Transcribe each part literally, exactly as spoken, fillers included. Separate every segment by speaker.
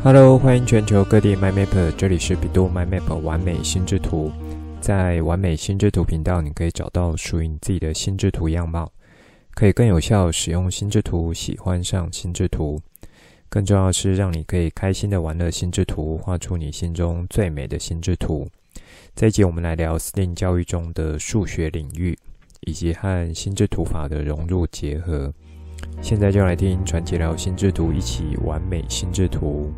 Speaker 1: Hello， 欢迎全球各地 MyMapper， 这里是比度 MyMapper 完美心智图。在完美心智图频道，你可以找到属于你自己的心智图样貌，可以更有效使用心智图，喜欢上心智图。更重要的是，让你可以开心的玩乐心智图，画出你心中最美的心智图。这一集我们来聊 S T E A M 教育中的数学领域，以及和心智图法的融入结合。现在就来听传奇聊心智图，一起完美心智图。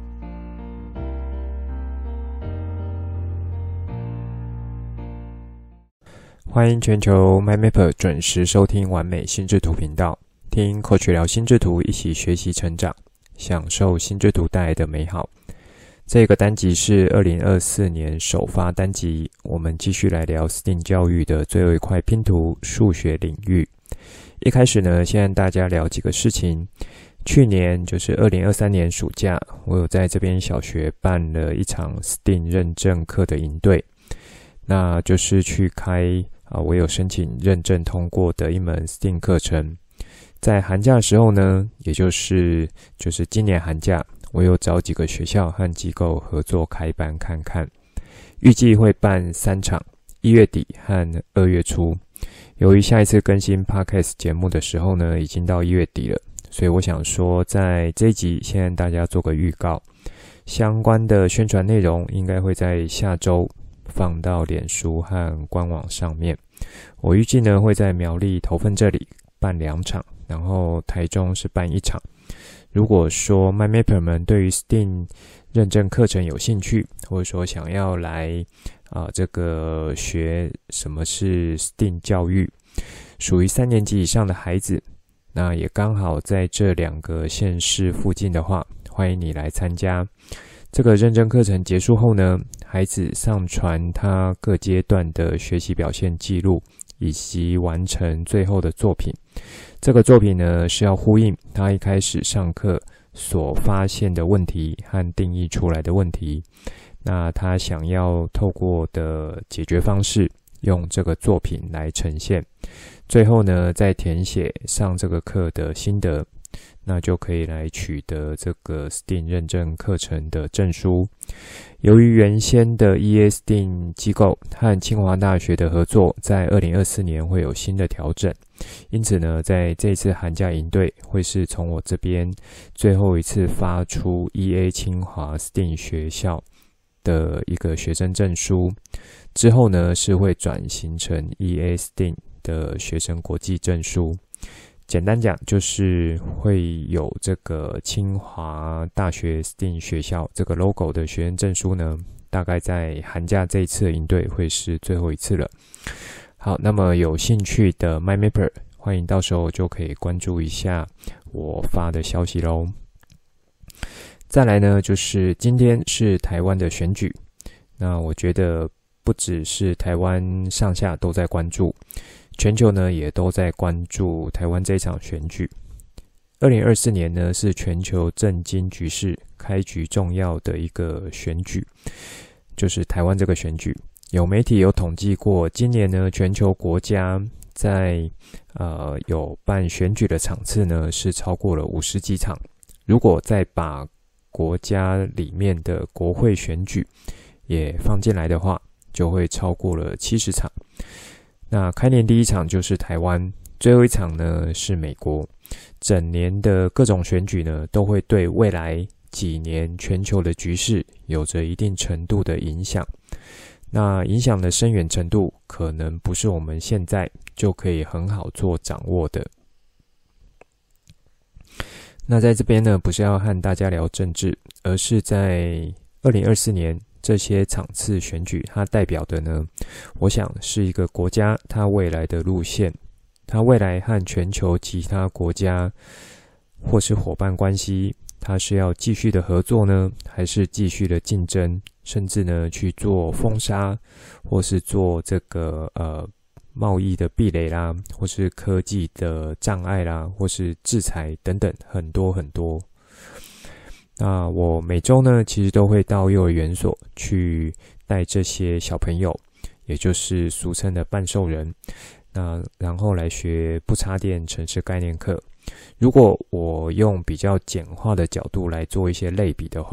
Speaker 1: 欢迎全球 MyMapper 准时收听完美心智图频道，听 Coach 聊心智图，一起学习成长，享受心智图带来的美好。这个单集是二零二四年首发单集，我们继续来聊 S T E A M 教育的最后一块拼图——数学领域。一开始呢，先和大家聊几个事情。去年就是二零二三年暑假，我有在这边小学办了一场 S T E A M 认证课的营队，那就是去开啊，我有申请认证通过的一门 S T E A M 课程。在寒假的时候呢，也就是就是今年寒假，我有找几个学校和机构合作开班看看，预计会办三场，一月底和二月初。由于下一次更新 Podcast 节目的时候呢，已经到一月底了，所以我想说，在这一集先和大家做个预告，相关的宣传内容应该会在下周放到脸书和官网上面。我预计呢会在苗栗头份这里办两场，然后台中是办一场。如果说 MyMapper 们对于 S T E A M 认证课程有兴趣，或者说想要来啊、呃、这个学什么是 S T E A M 教育，属于三年级以上的孩子，那也刚好在这两个县市附近的话，欢迎你来参加。这个认证课程结束后呢，孩子上传他各阶段的学习表现记录，以及完成最后的作品。这个作品呢，是要呼应他一开始上课所发现的问题和定义出来的问题。那他想要透过的解决方式，用这个作品来呈现。最后呢，再填写上这个课的心得，那就可以来取得这个 S T E A M 认证课程的证书。由于原先的 E A S T E A M 机构和清华大学的合作在二零二四年会有新的调整，因此呢，在这次寒假营队会是从我这边最后一次发出 E A 清华 S T E A M 学校的一个学生证书，之后呢是会转型成 E A S T E A M 的学生国际证书。简单讲，就是会有这个清华大学 S T E A M 学校这个 logo 的学生证书呢，大概在寒假这一次的营队会是最后一次了。好，那么有兴趣的 MyMapper， 欢迎到时候就可以关注一下我发的消息咯。再来呢，就是今天是台湾的选举，那我觉得不只是台湾上下都在关注，全球呢也都在关注台湾这一场选举。二零二四年呢是全球政经局势开局重要的一个选举，就是台湾这个选举。有媒体有统计过，今年呢全球国家在呃有办选举的场次呢是超过了五十几场。如果再把国家里面的国会选举也放进来的话，就会超过了七十场。那开年第一场就是台湾，最后一场呢是美国。整年的各种选举呢，都会对未来几年全球的局势有着一定程度的影响。那影响的深远程度，可能不是我们现在就可以很好做掌握的。那在这边呢，不是要和大家聊政治，而是在二零二四年这些场次选举，它代表的呢，我想是一个国家它未来的路线，它未来和全球其他国家或是伙伴关系，它是要继续的合作呢，还是继续的竞争，甚至呢去做封杀，或是做这个呃贸易的壁垒啦，或是科技的障碍啦，或是制裁等等，很多很多。那我每周呢，其实都会到幼儿园所去带这些小朋友，也就是俗称的半兽人，那然后来学不插电程式概念课。如果我用比较简化的角度来做一些类比的话，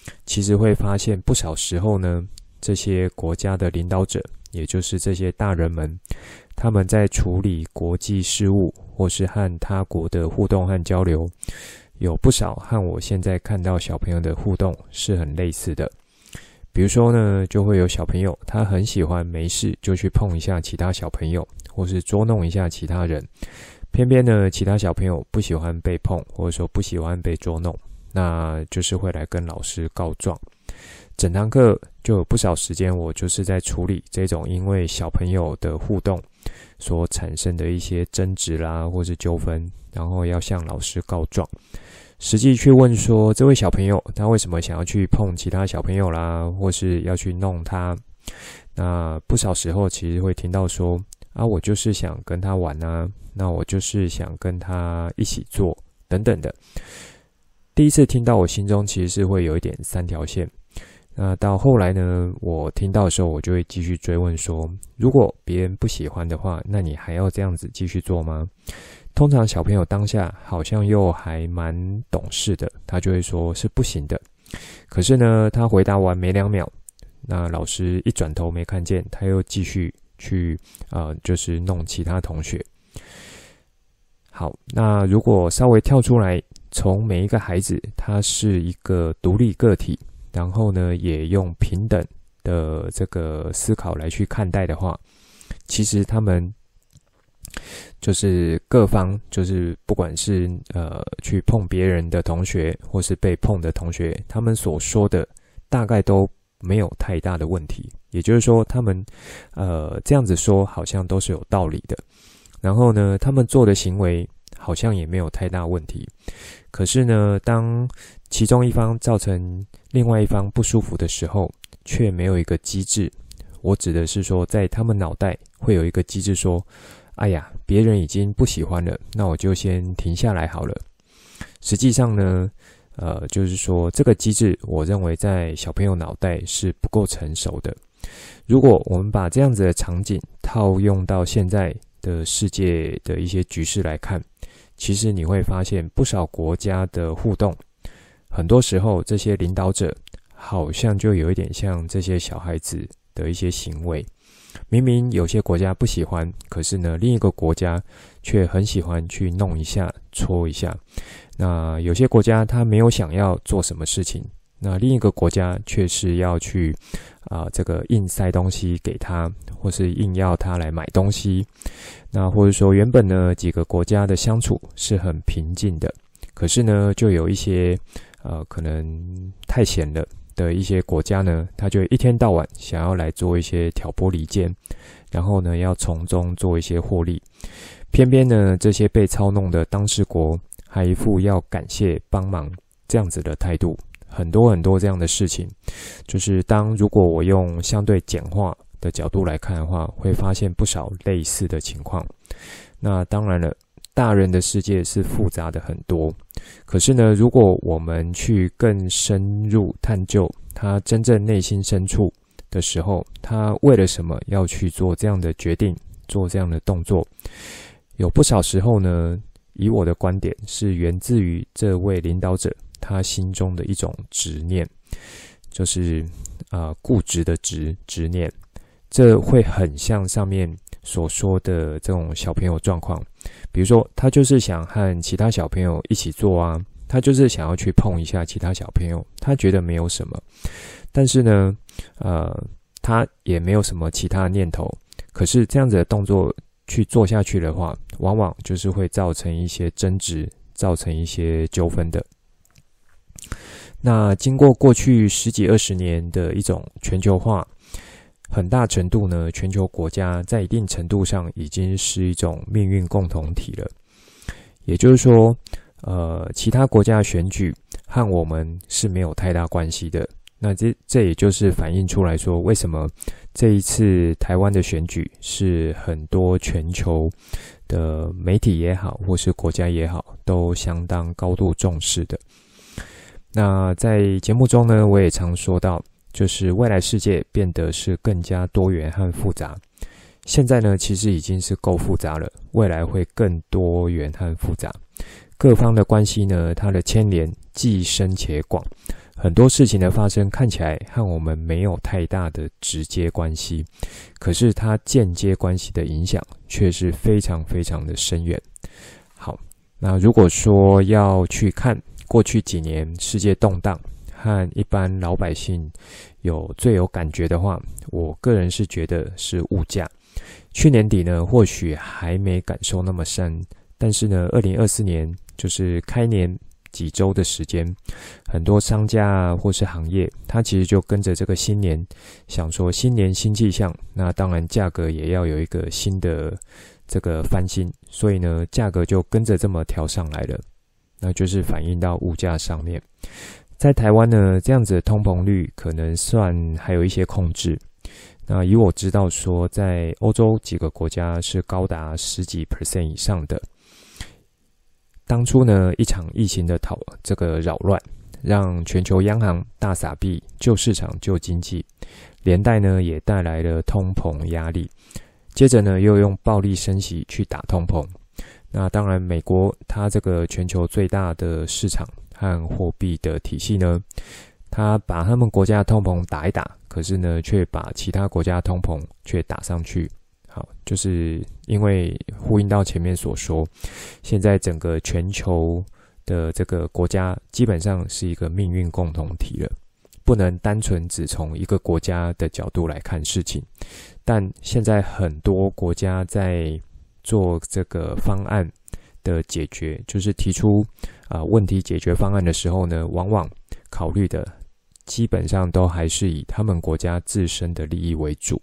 Speaker 1: 其实会发现不少时候呢，这些国家的领导者，也就是这些大人们，他们在处理国际事务或是和他国的互动和交流，有不少和我现在看到小朋友的互动是很类似的。比如说呢，就会有小朋友他很喜欢没事就去碰一下其他小朋友，或是捉弄一下其他人，偏偏呢其他小朋友不喜欢被碰，或者说不喜欢被捉弄，那就是会来跟老师告状。整堂课就有不少时间我就是在处理这种因为小朋友的互动所产生的一些争执啦，或是纠纷，然后要向老师告状，实际去问说这位小朋友他为什么想要去碰其他小朋友啦，或是要去弄他。那不少时候其实会听到说啊，我就是想跟他玩啊，那我就是想跟他一起做等等的。第一次听到我心中其实是会有一点三条线。那到后来呢，我听到的时候我就会继续追问说，如果别人不喜欢的话，那你还要这样子继续做吗？通常小朋友当下好像又还蛮懂事的，他就会说是不行的。可是呢，他回答完没两秒，那老师一转头没看见，他又继续去呃，就是弄其他同学。好，那如果稍微跳出来，从每一个孩子他是一个独立个体，然后呢也用平等的这个思考来去看待的话，其实他们就是各方，就是不管是呃去碰别人的同学，或是被碰的同学，他们所说的大概都没有太大的问题。也就是说，他们呃这样子说好像都是有道理的。然后呢，他们做的行为好像也没有太大问题。可是呢，当其中一方造成另外一方不舒服的时候，却没有一个机制。我指的是说，在他们脑袋会有一个机制说，哎呀，别人已经不喜欢了，那我就先停下来好了。实际上呢，呃，就是说这个机制，我认为在小朋友脑袋是不够成熟的。如果我们把这样子的场景套用到现在的世界的一些局势来看，其实你会发现不少国家的互动，很多时候这些领导者好像就有一点像这些小孩子的一些行为。明明有些国家不喜欢，可是呢，另一个国家却很喜欢去弄一下、戳一下。那有些国家他没有想要做什么事情，那另一个国家却是要去啊、呃，这个硬塞东西给他，或是硬要他来买东西。那或者说原本呢几个国家的相处是很平静的，可是呢就有一些呃可能太闲了的一些国家呢，他就一天到晚想要来做一些挑拨离间，然后呢要从中做一些获利。偏偏呢这些被操弄的当事国还一副要感谢帮忙这样子的态度。很多很多这样的事情，就是当如果我用相对简化的角度来看的话，会发现不少类似的情况。那当然了，大人的世界是复杂的很多，可是呢，如果我们去更深入探究他真正内心深处的时候，他为了什么要去做这样的决定，做这样的动作，有不少时候呢，以我的观点是源自于这位领导者他心中的一种执念，就是呃固执的执执念。这会很像上面所说的这种小朋友状况，比如说他就是想和其他小朋友一起做啊，他就是想要去碰一下其他小朋友，他觉得没有什么，但是呢呃他也没有什么其他念头，可是这样子的动作去做下去的话，往往就是会造成一些争执，造成一些纠纷的。那经过过去十几二十年的一种全球化，很大程度呢，全球国家在一定程度上已经是一种命运共同体了。也就是说，呃，其他国家的选举和我们是没有太大关系的。那这这也就是反映出来说，为什么这一次台湾的选举是很多全球的媒体也好，或是国家也好，都相当高度重视的。那在节目中呢，我也常说到，就是未来世界变得是更加多元和复杂。现在呢，其实已经是够复杂了，未来会更多元和复杂。各方的关系呢，它的牵连既深且广， 很多事情的发生看起来和我们没有太大的直接关系，可是它间接关系的影响却是非常非常的深远。好，那如果说要去看过去几年世界动荡和一般老百姓有最有感觉的话，我个人是觉得是物价。去年底呢，或许还没感受那么深，但是呢，二零二四年就是开年几周的时间，很多商家啊或是行业，它其实就跟着这个新年，想说新年新气象，那当然价格也要有一个新的这个翻新，所以呢，价格就跟着这么调上来了，那就是反映到物价上面。在台湾呢，这样子的通膨率可能算还有一些控制。那以我知道说，在欧洲几个国家是高达十几 percent 以上的。当初呢，一场疫情的讨这个扰乱，让全球央行大撒币救市场、救经济，连带呢也带来了通膨压力。接着呢，又用暴力升息去打通膨。那当然，美国它这个全球最大的市场和货币的体系呢，它把他们国家的通膨打一打，可是呢，却把其他国家的通膨却打上去。好，就是因为呼应到前面所说，现在整个全球的这个国家基本上是一个命运共同体了，不能单纯只从一个国家的角度来看事情。但现在很多国家在做这个方案的解决，就是提出啊、呃、问题解决方案的时候呢，往往考虑的基本上都还是以他们国家自身的利益为主。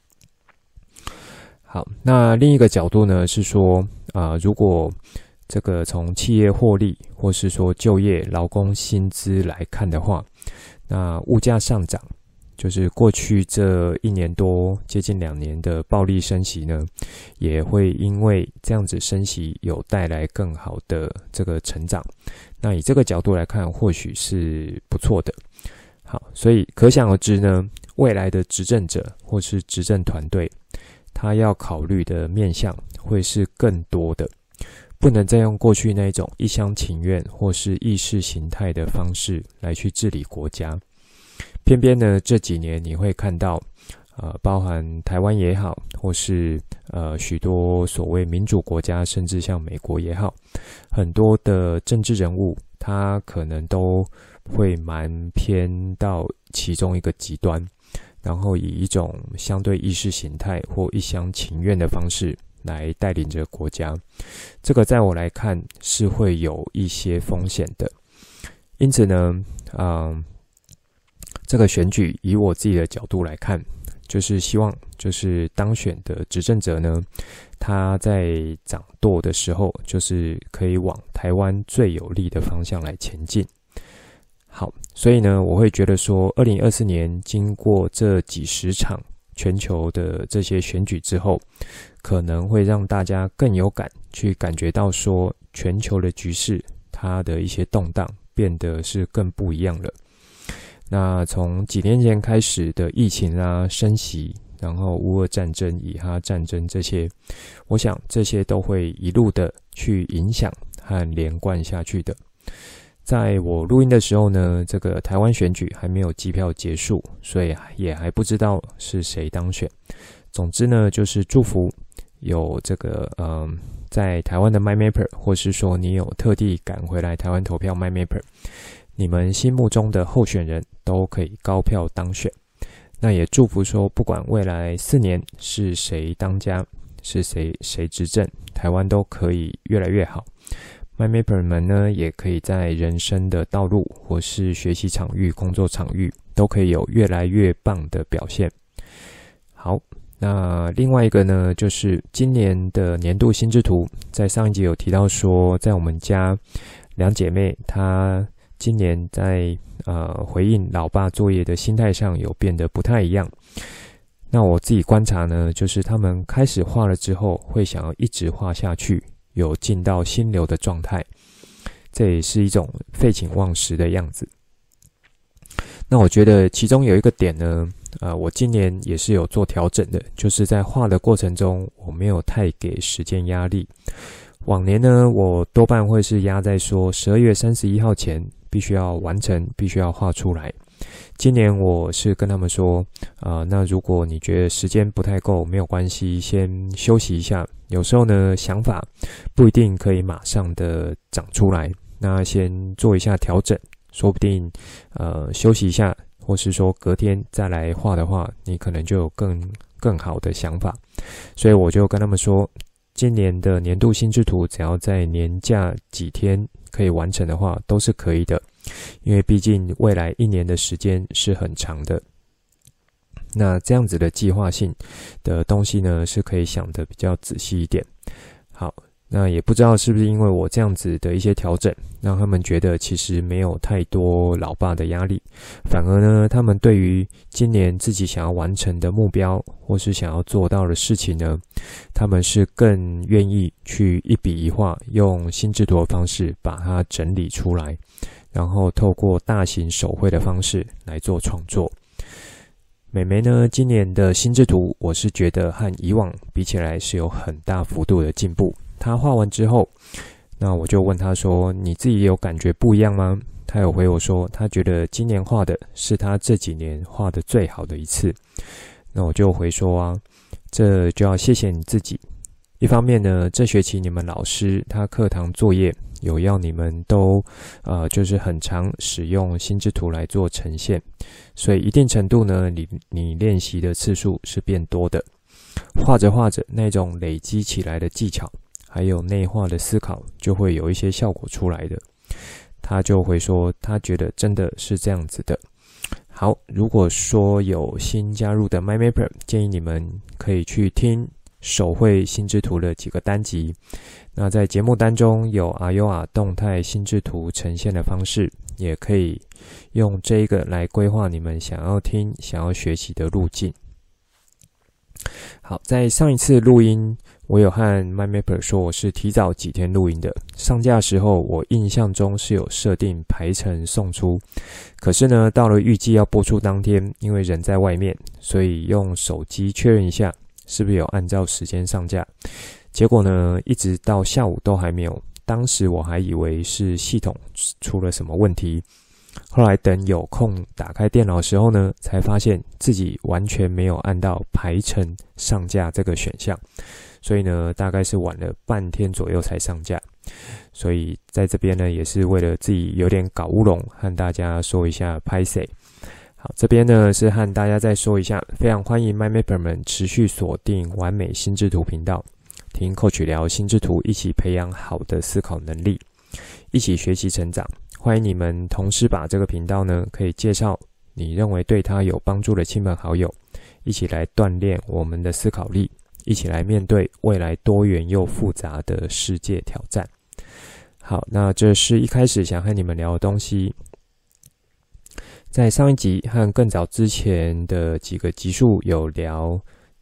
Speaker 1: 好，那另一个角度呢是说，啊、呃，如果这个从企业获利或是说就业、劳工薪资来看的话，那物价上涨，就是过去这一年多接近两年的暴力升息呢，也会因为这样子升息有带来更好的这个成长。那以这个角度来看，或许是不错的。好，所以可想而知呢，未来的执政者或是执政团队，他要考虑的面向会是更多的，不能再用过去那种一厢情愿或是意识形态的方式来去治理国家。偏偏呢，这几年你会看到，呃，包含台湾也好，或是呃许多所谓民主国家，甚至像美国也好，很多的政治人物，他可能都会蛮偏到其中一个极端。然后以一种相对意识形态或一厢情愿的方式来带领着国家，这个在我来看是会有一些风险的。因此呢，嗯，这个选举以我自己的角度来看，就是希望就是当选的执政者呢，他在掌舵的时候，就是可以往台湾最有利的方向来前进。好，所以呢，我会觉得说，二零二四年经过这几十场全球的这些选举之后，可能会让大家更有感，去感觉到说，全球的局势它的一些动荡变得是更不一样了。那从几年前开始的疫情啊、升息，然后乌俄战争、以哈战争这些，我想这些都会一路的去影响和连贯下去的。在我录音的时候呢，这个台湾选举还没有计票结束，所以也还不知道是谁当选。总之呢，就是祝福有这个嗯，在台湾的 MyMapper， 或是说你有特地赶回来台湾投票 MyMapper， 你们心目中的候选人都可以高票当选。那也祝福说，不管未来四年是谁当家，是谁谁执政，台湾都可以越来越好。MyMapper 们呢，也可以在人生的道路或是学习场域、工作场域，都可以有越来越棒的表现。好，那另外一个呢，就是今年的年度心智图，在上一集有提到说，在我们家两姐妹，她今年在呃回应老爸作业的心态上有变得不太一样。那我自己观察呢，就是她们开始画了之后，会想要一直画下去。有进到心流的状态，这也是一种废寝忘食的样子。那我觉得其中有一个点呢，呃，我今年也是有做调整的，就是在画的过程中，我没有太给时间压力。往年呢，我多半会是压在说十二月三十一号前必须要完成，必须要画出来。今年我是跟他们说，呃，那如果你觉得时间不太够，没有关系，先休息一下。有时候呢，想法不一定可以马上的长出来，那先做一下调整，说不定呃休息一下，或是说隔天再来画的话，你可能就有更更好的想法。所以我就跟他们说，今年的年度心智图只要在年假几天可以完成的话，都是可以的，因为毕竟未来一年的时间是很长的。那这样子的计划性的东西呢，是可以想得比较仔细一点。好，那也不知道是不是因为我这样子的一些调整，让他们觉得其实没有太多老爸的压力，反而呢，他们对于今年自己想要完成的目标，或是想要做到的事情呢，他们是更愿意去一笔一画，用心智图的方式把它整理出来，然后透过大型手绘的方式来做创作。美眉呢，今年的心智图，我是觉得和以往比起来是有很大幅度的进步。她画完之后，那我就问她说：“你自己有感觉不一样吗？”她有回我说，她觉得今年画的是她这几年画的最好的一次。那我就回说啊，这就要谢谢你自己。一方面呢，这学期你们老师他课堂作业有要你们都呃就是很常使用心智图来做呈现，所以一定程度呢，你你练习的次数是变多的，画着画着那种累积起来的技巧，还有内化的思考，就会有一些效果出来的。他就会说，他觉得真的是这样子的。好，如果说有新加入的 MyMapper， 建议你们可以去听手绘心智图的几个单集。那在节目单中有 A U A 动态心智图呈现的方式，也可以用这一个来规划你们想要听、想要学习的路径。好，在上一次录音，我有和 MyMapper 说我是提早几天录音的。上架的时候，我印象中是有设定排程送出，可是呢，到了预计要播出当天，因为人在外面，所以用手机确认一下是不是有按照时间上架。结果呢，一直到下午都还没有。当时我还以为是系统出了什么问题。后来等有空打开电脑的时候呢，才发现自己完全没有按到排程上架这个选项，所以呢，大概是晚了半天左右才上架。所以在这边呢，也是为了自己有点搞乌龙，和大家说一下拍摄。好，这边呢是和大家再说一下，非常欢迎 MyMapper 们持续锁定完美心智图频道，听 Coach 聊心智图，一起培养好的思考能力，一起学习成长。欢迎你们同时把这个频道呢，可以介绍你认为对他有帮助的亲朋好友，一起来锻炼我们的思考力，一起来面对未来多元又复杂的世界挑战。好，那这是一开始想和你们聊的东西。在上一集和更早之前的几个集数有聊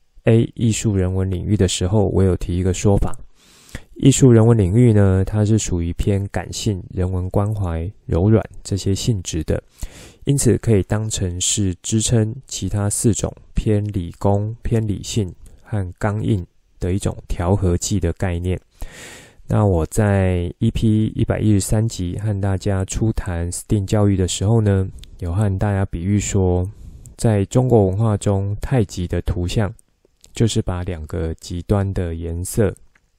Speaker 1: A 艺术人文领域的时候，我有提一个说法。艺术人文领域呢，它是属于偏感性、人文关怀、柔软这些性质的，因此可以当成是支撑其他四种偏理工、偏理性和刚硬的一种调和剂的概念。那我在 E P 一百一十三集和大家初谈 S T E A M 教育的时候呢，有和大家比喻说，在中国文化中，太极的图像就是把两个极端的颜色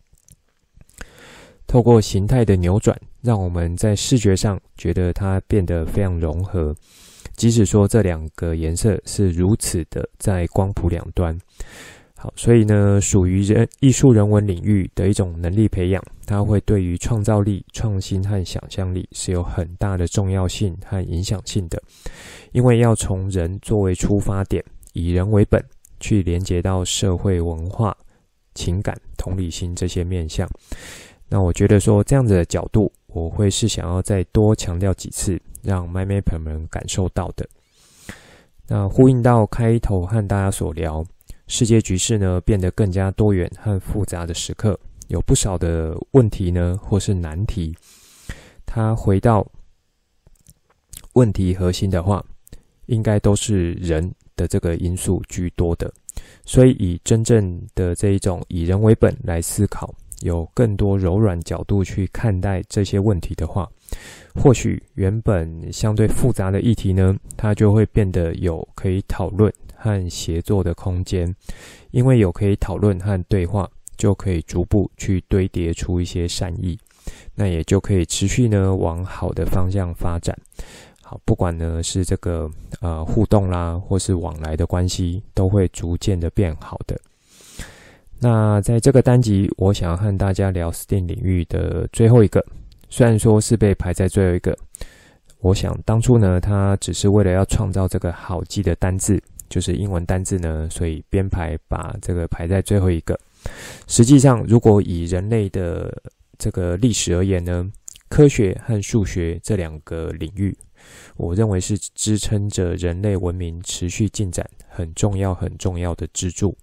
Speaker 1: 透过形态的扭转，让我们在视觉上觉得它变得非常融合，即使说这两个颜色是如此的在光谱两端。好，所以呢，属于人艺术人文领域的一种能力培养，它会对于创造力、创新和想象力是有很大的重要性和影响性的，因为要从人作为出发点，以人为本，去连接到社会文化、情感、同理心这些面向。那我觉得说这样子的角度，我会是想要再多强调几次，让 MyMapper 们感受到的。那呼应到开头和大家所聊，世界局势呢变得更加多元和复杂的时刻，有不少的问题呢，或是难题，它回到问题核心的话，应该都是人的这个因素居多的。所以以真正的这一种以人为本来思考，有更多柔软角度去看待这些问题的话， 或许原本相对复杂的议题呢，它就会变得有可以讨论和协作的空间。因为有可以讨论和对话，就可以逐步去堆叠出一些善意，那也就可以持续呢往好的方向发展。好，不管呢是这个呃互动啦，或是往来的关系，都会逐渐的变好的。那在这个单集，我想要和大家聊 S T E A M 领域的最后一个，虽然说是被排在最后一个，我想当初呢，它只是为了要创造这个好记的单字，就是英文单字呢，所以编排把这个排在最后一个。实际上，如果以人类的这个历史而言呢，科学和数学这两个领域，我认为是支撑着人类文明持续进展很重要很重要的支柱。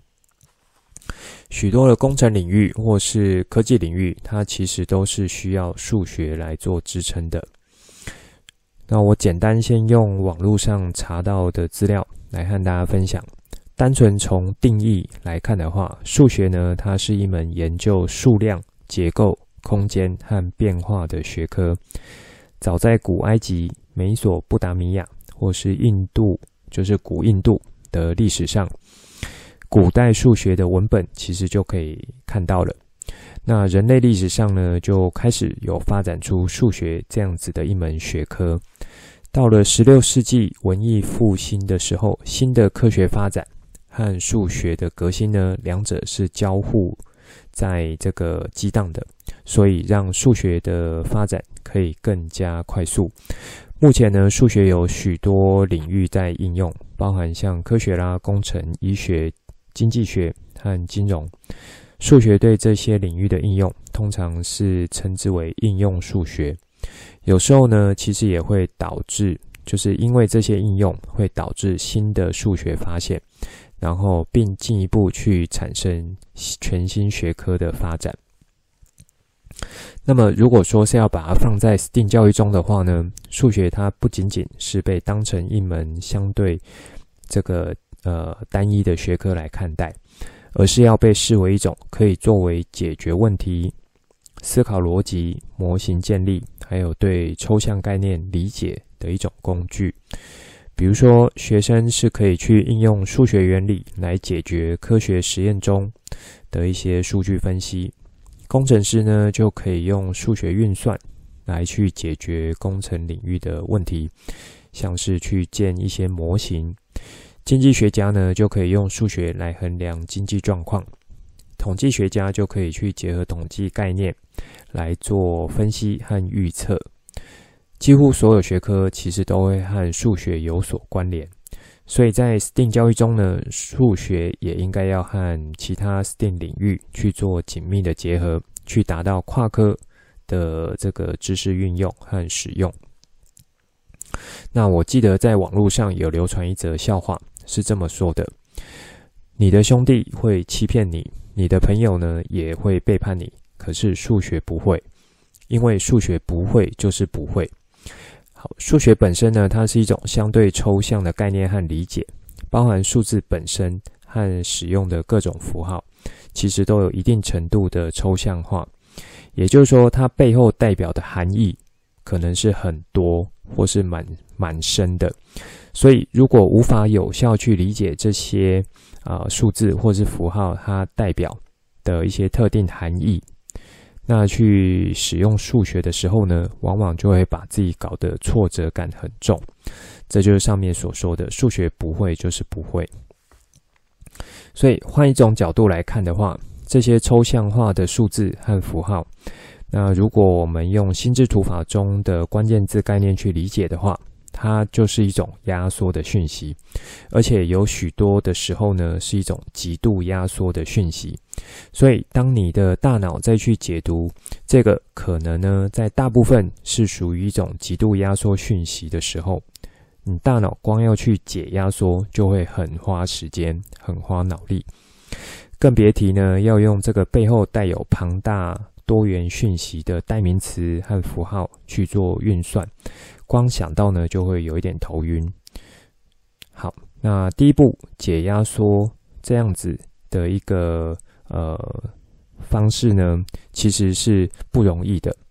Speaker 1: 许多的工程领域或是科技领域，它其实都是需要数学来做支撑的。那我简单先用网络上查到的资料来和大家分享。单纯从定义来看的话，数学呢，它是一门研究数量、结构、空间和变化的学科。早在古埃及、美索不达米亚或是印度，就是古印度的历史上，古代数学的文本其实就可以看到了。那人类历史上呢，就开始有发展出数学这样子的一门学科。到了十六世纪文艺复兴的时候，新的科学发展和数学的革新呢，两者是交互在这个激荡的，所以让数学的发展可以更加快速。目前呢，数学有许多领域在应用，包含像科学啦、工程、医学、经济学和金融。数学对这些领域的应用，通常是称之为应用数学。有时候呢，其实也会导致，就是因为这些应用会导致新的数学发现，然后并进一步去产生全新学科的发展。那么如果说是要把它放在 S T E A M 教育中的话呢，数学它不仅仅是被当成一门相对这个呃单一的学科来看待，而是要被视为一种可以作为解决问题、思考逻辑、模型建立，还有对抽象概念理解的一种工具。比如说，学生是可以去应用数学原理来解决科学实验中的一些数据分析，工程师呢就可以用数学运算来去解决工程领域的问题，像是去建一些模型。经济学家呢就可以用数学来衡量经济状况，统计学家就可以去结合统计概念来做分析和预测。几乎所有学科其实都会和数学有所关联，所以在 S T E A M 教育中呢，数学也应该要和其他 S T E A M 领域去做紧密的结合，去达到跨科的这个知识运用和使用。那我记得在网络上有流传一则笑话，是这么说的：你的兄弟会欺骗你，你的朋友呢也会背叛你，可是数学不会，因为数学不会就是不会。好，数学本身呢，它是一种相对抽象的概念和理解，包含数字本身和使用的各种符号，其实都有一定程度的抽象化。也就是说，它背后代表的含义可能是很多或是蛮蛮深的。所以如果无法有效去理解这些呃数字或是符号它代表的一些特定含义，那去使用数学的时候呢，往往就会把自己搞得挫折感很重。这就是上面所说的数学不会就是不会。所以换一种角度来看的话，这些抽象化的数字和符号，那如果我们用心智图法中的关键字概念去理解的话，它就是一种压缩的讯息，而且有许多的时候呢，是一种极度压缩的讯息。所以当你的大脑再去解读这个可能呢，在大部分是属于一种极度压缩讯息的时候，你大脑光要去解压缩就会很花时间，很花脑力，更别提呢要用这个背后带有庞大多元讯息的代名词和符号去做运算，光想到呢就会有一点头晕。好，那第一步解压缩这样子的一个呃方式呢，其实是不容易的。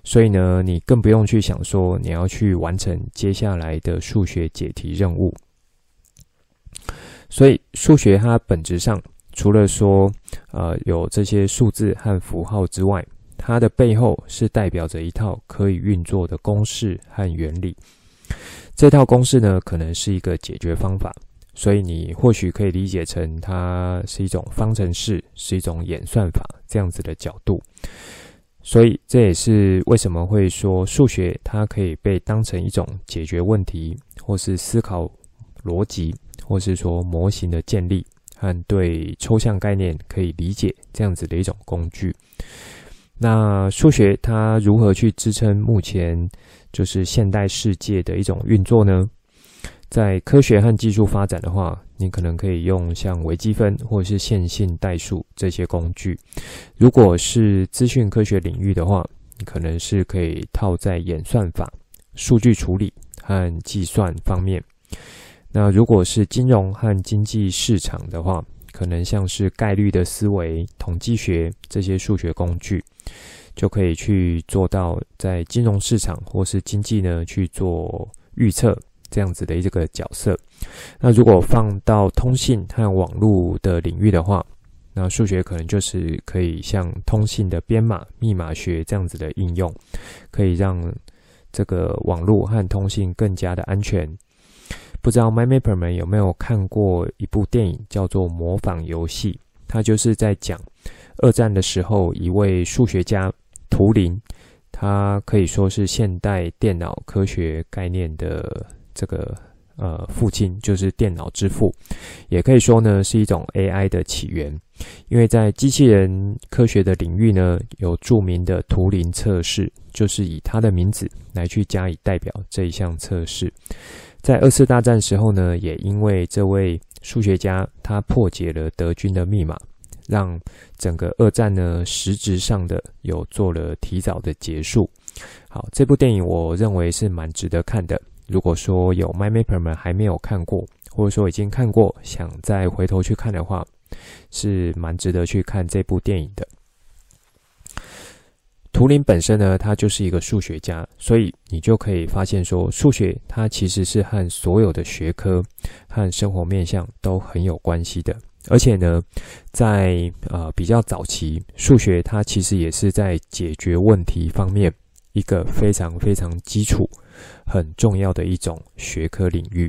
Speaker 1: 所以呢，你更不用去想说你要去完成接下来的数学解题任务。所以数学它本质上除了说呃有这些数字和符号之外，它的背后是代表着一套可以运作的公式和原理。这套公式呢，可能是一个解决方法，所以你或许可以理解成它是一种方程式，是一种演算法这样子的角度。所以这也是为什么会说数学它可以被当成一种解决问题，或是思考逻辑，或是说模型的建立和对抽象概念可以理解这样子的一种工具。那数学它如何去支撑目前就是现代世界的一种运作呢？在科学和技术发展的话，你可能可以用像微积分或者是线性代数这些工具。如果是资讯科学领域的话，你可能是可以套在演算法、数据处理和计算方面。那如果是金融和经济市场的话，可能像是概率的思维、统计学这些数学工具，就可以去做到在金融市场或是经济呢去做预测这样子的一个角色。那如果放到通信和网络的领域的话，那数学可能就是可以像通信的编码、密码学这样子的应用，可以让这个网络和通信更加的安全。不知道 MyMapper 们有没有看过一部电影叫做《模仿游戏》，它就是在讲二战的时候一位数学家图灵，他可以说是现代电脑科学概念的这个呃父亲，就是电脑之父，也可以说呢是一种 A I 的起源。因为在机器人科学的领域呢，有著名的图灵测试，就是以他的名字来去加以代表这一项测试。在二次大战时候呢，也因为这位数学家他破解了德军的密码，让整个二战呢实质上的有做了提早的结束。好，这部电影我认为是蛮值得看的。如果说有 MyMapper 们还没有看过，或者说已经看过，想再回头去看的话，是蛮值得去看这部电影的。图灵本身呢，他就是一个数学家，所以你就可以发现说，数学它其实是和所有的学科和生活面向都很有关系的。而且呢，在呃比较早期，数学它其实也是在解决问题方面一个非常非常基础、很重要的一种学科领域。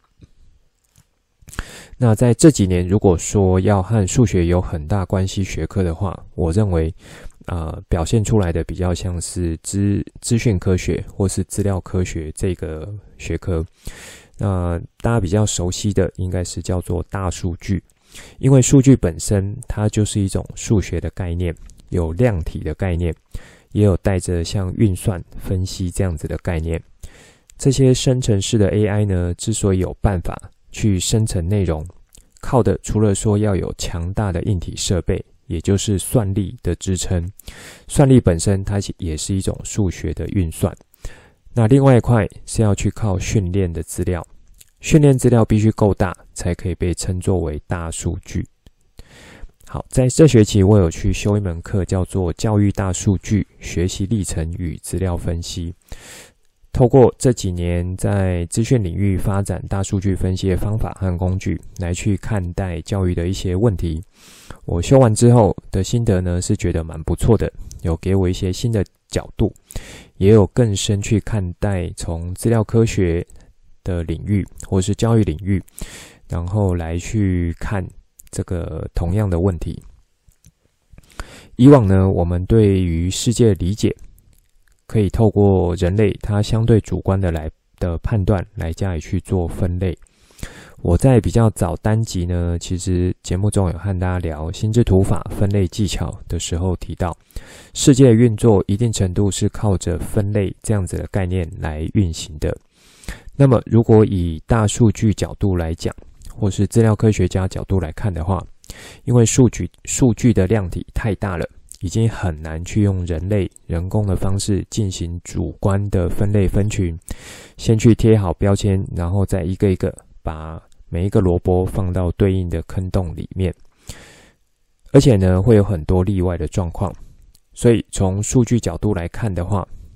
Speaker 1: 那在这几年，如果说要和数学有很大关系学科的话，我认为呃表现出来的比较像是资资讯科学或是资料科学这个学科。那大家比较熟悉的应该是叫做大数据，因为数据本身它就是一种数学的概念，有量体的概念，也有带着像运算、分析这样子的概念。这些生成式的 A I 呢，之所以有办法去生成内容，靠的除了说要有强大的硬体设备，也就是算力的支撑。算力本身它也是一种数学的运算。那另外一块是要去靠训练的资料，训练资料必须够大，才可以被称作为大数据。好，在这学期我有去修一门课，叫做教育大数据学习历程与资料分析。透过这几年在资讯领域发展大数据分析的方法和工具，来去看待教育的一些问题。我修完之后的心得呢，是觉得蛮不错的，有给我一些新的角度，也有更深去看待从资料科学的领域或是教育领域，然后来去看这个同样的问题。以往呢，我们对于世界的理解可以透过人类他相对主观的来的判断来加以去做分类。我在比较早单集呢，其实节目中有和大家聊心智图法分类技巧的时候提到，世界的运作一定程度是靠着分类这样子的概念来运行的。那么如果以大数据角度来讲，或是资料科学家角度来看的话，因为数据数据的量体太大了，已经很难去用人类人工的方式进行主观的分类分群，先去贴好标签，然后再一个一个把每一个萝卜放到对应的坑洞里面。而且呢，会有很多例外的状况。所以从数据角度来看的话，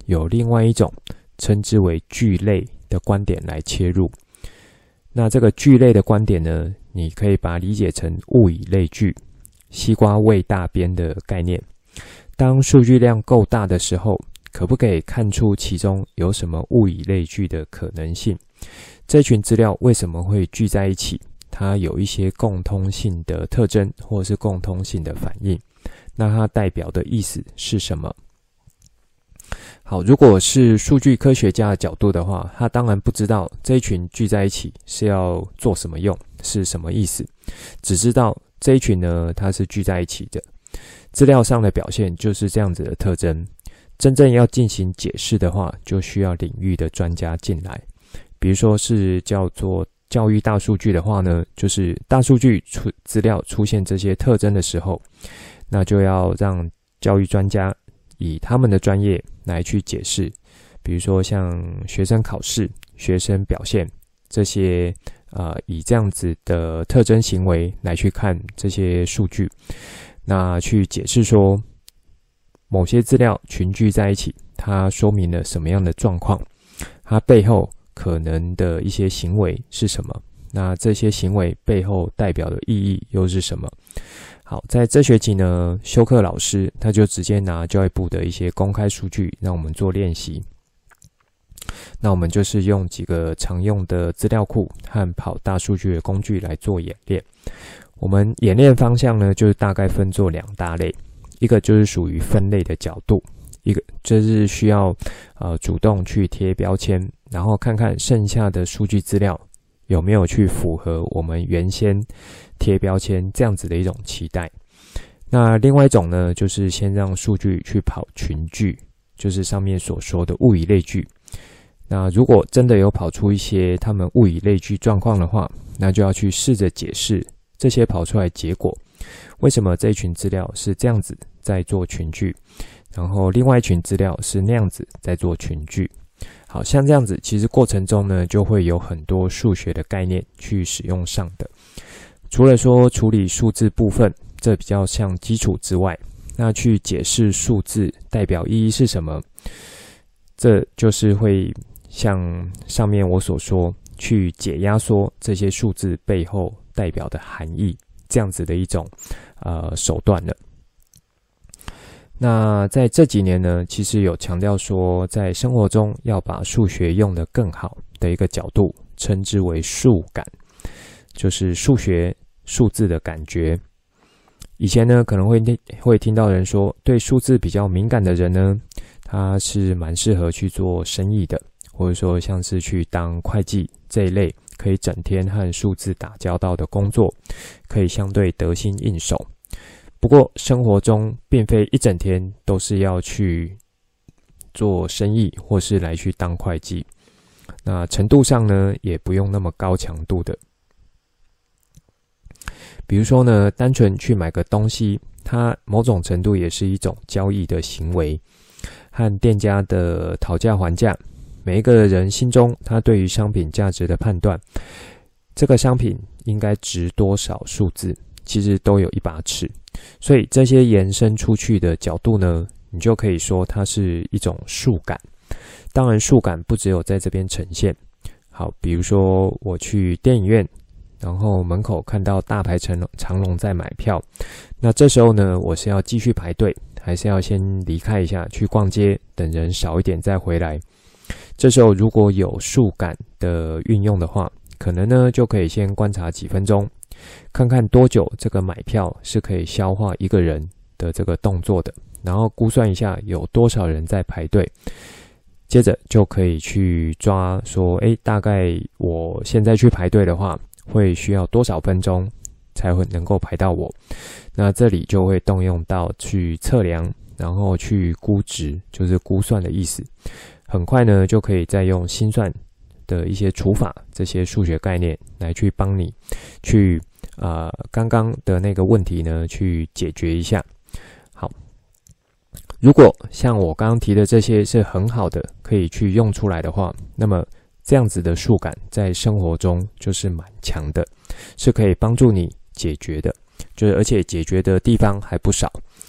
Speaker 1: 有另外一种称之为聚类的观点来切入。那这个聚类的观点呢，你可以把它理解成物以类聚，西瓜喂大边的概念。当数据量够大的时候，可不可以看出其中有什么物以类聚的可能性？这群资料为什么会聚在一起？它有一些共通性的特征，或是共通性的反应。那它代表的意思是什么？好，如果是数据科学家的角度的话，他当然不知道这一群聚在一起是要做什么用，是什么意思，只知道这一群呢，它是聚在一起的。资料上的表现就是这样子的特征。真正要进行解释的话，就需要领域的专家进来。比如说是叫做教育大数据的话呢，就是大数据出资料出现这些特征的时候，那就要让教育专家以他们的专业来去解释。比如说像学生考试、学生表现这些，呃，以这样子的特征行为来去看这些数据，那去解释说某些资料群聚在一起，它说明了什么样的状况，它背后可能的一些行为是什么，那这些行为背后代表的意义又是什么。好，在这学期呢，修课老师他就直接拿教育部的一些公开数据让我们做练习。那我们就是用几个常用的资料库和跑大数据的工具来做演练。我们演练方向呢，就是大概分作两大类，一个就是属于分类的角度，一个就是需要呃主动去贴标签，然后看看剩下的数据资料有没有去符合我们原先贴标签这样子的一种期待。那另外一种呢，就是先让数据去跑群聚，就是上面所说的物以类聚。那如果真的有跑出一些他们物以类聚状况的话，那就要去试着解释这些跑出来结果，为什么这一群资料是这样子在做群聚，然后另外一群资料是那样子在做群聚。好，像这样子其实过程中呢，就会有很多数学的概念去使用上的。除了说处理数字部分，这比较像基础之外，那去解释数字代表意义是什么，这就是会像上面我所说，去解压缩这些数字背后代表的含义，这样子的一种呃手段了。那在这几年呢，其实有强调说，在生活中要把数学用得更好的一个角度，称之为数感，就是数学数字的感觉。以前呢，可能会会听到人说，对数字比较敏感的人呢，他是蛮适合去做生意的，或者说像是去当会计这一类可以整天和数字打交道的工作，可以相对得心应手。不过生活中并非一整天都是要去做生意或是来去当会计，那程度上呢也不用那么高强度的。比如说呢，单纯去买个东西，它某种程度也是一种交易的行为，和店家的讨价还价，每一个人心中他对于商品价值的判断，这个商品应该值多少数字，其实都有一把尺。所以这些延伸出去的角度呢，你就可以说它是一种数感。当然数感不只有在这边呈现。好，比如说我去电影院，然后门口看到大排长龙在买票，那这时候呢，我是要继续排队，还是要先离开一下去逛街，等人少一点再回来。这时候如果有数感的运用的话，可能呢就可以先观察几分钟，看看多久这个买票是可以消化一个人的这个动作的，然后估算一下有多少人在排队，接着就可以去抓说，诶，大概我现在去排队的话，会需要多少分钟才会能够排到我。那这里就会动用到去测量，然后去估值，就是估算的意思。很快呢，就可以再用心算的一些除法，这些数学概念来去帮你去呃刚刚的那个问题呢去解决一下。好，如果像我刚刚提的这些是很好的，可以去用出来的话，那么这样子的数感在生活中就是蛮强的，是可以帮助你解决的，就是而且解决的地方还不少。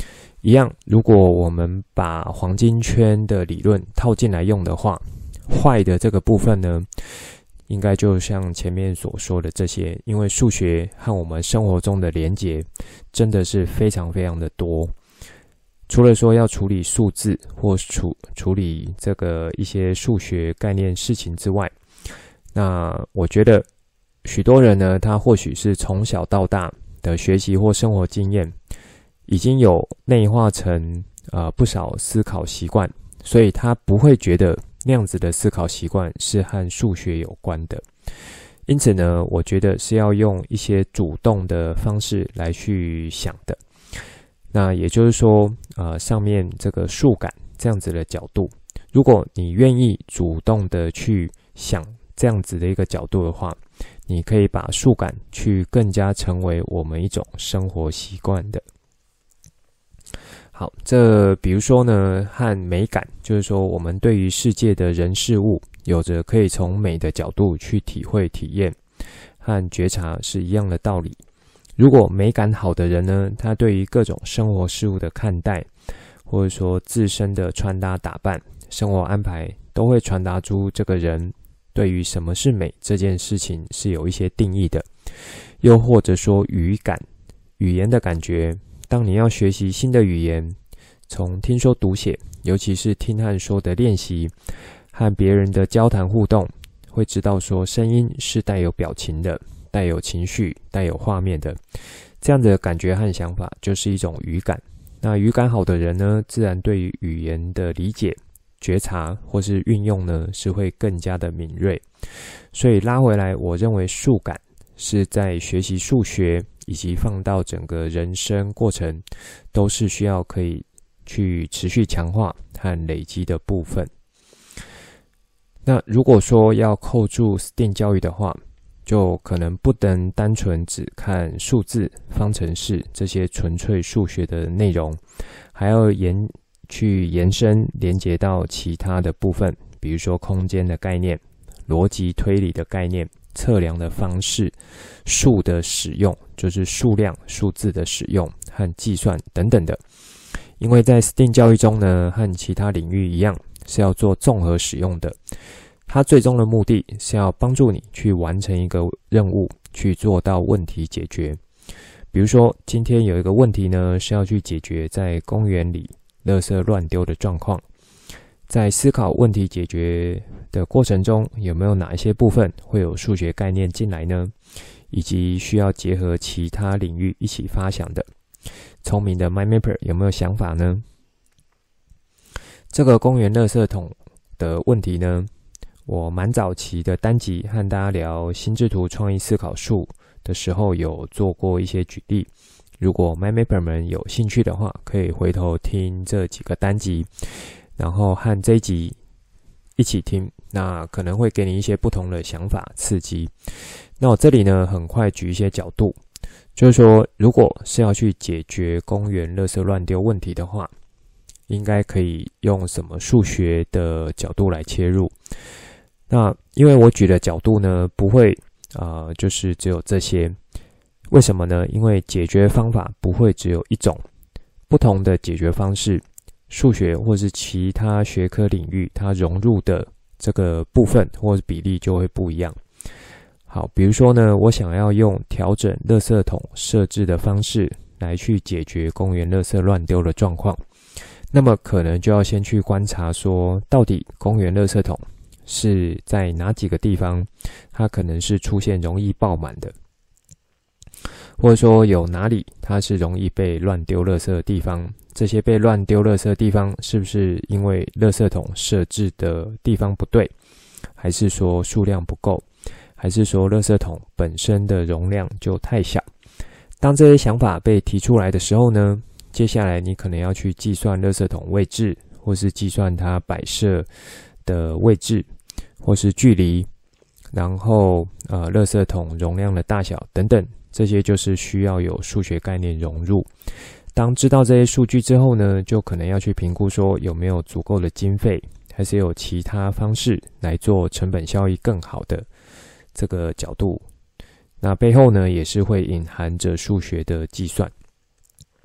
Speaker 1: 一样，如果我们把黄金圈的理论套进来用的话，坏的这个部分呢，应该就像前面所说的这些，因为数学和我们生活中的连结真的是非常非常的多。除了说要处理数字或处处理这个一些数学概念事情之外，那我觉得许多人呢，他或许是从小到大的学习或生活经验已经有内化成呃不少思考习惯，所以他不会觉得那样子的思考习惯是和数学有关的。因此呢，我觉得是要用一些主动的方式来去想的。那也就是说，呃，上面这个数感这样子的角度，如果你愿意主动的去想这样子的一个角度的话，你可以把数感去更加成为我们一种生活习惯的。好，这比如说呢，和美感，就是说我们对于世界的人事物有着可以从美的角度去体会体验和觉察是一样的道理。如果美感好的人呢，他对于各种生活事物的看待，或者说自身的穿搭打扮、生活安排，都会传达出这个人对于什么是美这件事情是有一些定义的。又或者说语感，语言的感觉，当你要学习新的语言，从听说读写，尤其是听和说的练习，和别人的交谈互动，会知道说声音是带有表情的，带有情绪，带有画面的，这样的感觉和想法就是一种语感。那语感好的人呢，自然对于语言的理解、觉察或是运用呢，是会更加的敏锐。所以拉回来，我认为数感是在学习数学以及放到整个人生过程，都是需要可以去持续强化和累积的部分。那如果说要扣住 S T E A M 教育的话，就可能不能单纯只看数字、方程式这些纯粹数学的内容，还要延去延伸连接到其他的部分，比如说空间的概念、逻辑推理的概念、测量的方式、数的使用，就是数量、数字的使用和计算等等的。因为在 S T E A M 教育中呢，和其他领域一样，是要做综合使用的。它最终的目的是要帮助你去完成一个任务，去做到问题解决。比如说，今天有一个问题呢，是要去解决在公园里垃圾乱丢的状况。在思考问题解决的过程中，有没有哪一些部分会有数学概念进来呢？以及需要结合其他领域一起发想的。聪明的 MindMapper 有没有想法呢？这个公园垃圾桶的问题呢，我蛮早期的单集和大家聊心智图创意思考术的时候有做过一些举例，如果 MindMapper 们有兴趣的话，可以回头听这几个单集，然后和这一集一起听，那可能会给你一些不同的想法刺激。那我这里呢，很快举一些角度，就是说如果是要去解决公园垃圾乱丢问题的话，应该可以用什么数学的角度来切入。那因为我举的角度呢，不会呃，就是只有这些。为什么呢？因为解决方法不会只有一种，不同的解决方式，数学或是其他学科领域，它融入的这个部分或是比例就会不一样。好，比如说呢，我想要用调整垃圾桶设置的方式来去解决公园垃圾乱丢的状况，那么可能就要先去观察说，到底公园垃圾桶是在哪几个地方，它可能是出现容易爆满的，或者说有哪里它是容易被乱丢垃圾的地方，这些被乱丢垃圾的地方是不是因为垃圾桶设置的地方不对，还是说数量不够，还是说垃圾桶本身的容量就太小。当这些想法被提出来的时候呢，接下来你可能要去计算垃圾桶位置，或是计算它摆设的位置或是距离，然后呃，垃圾桶容量的大小等等，这些就是需要有数学概念融入。当知道这些数据之后呢，就可能要去评估说有没有足够的经费，还是有其他方式来做成本效益更好的这个角度。那背后呢，也是会隐含着数学的计算。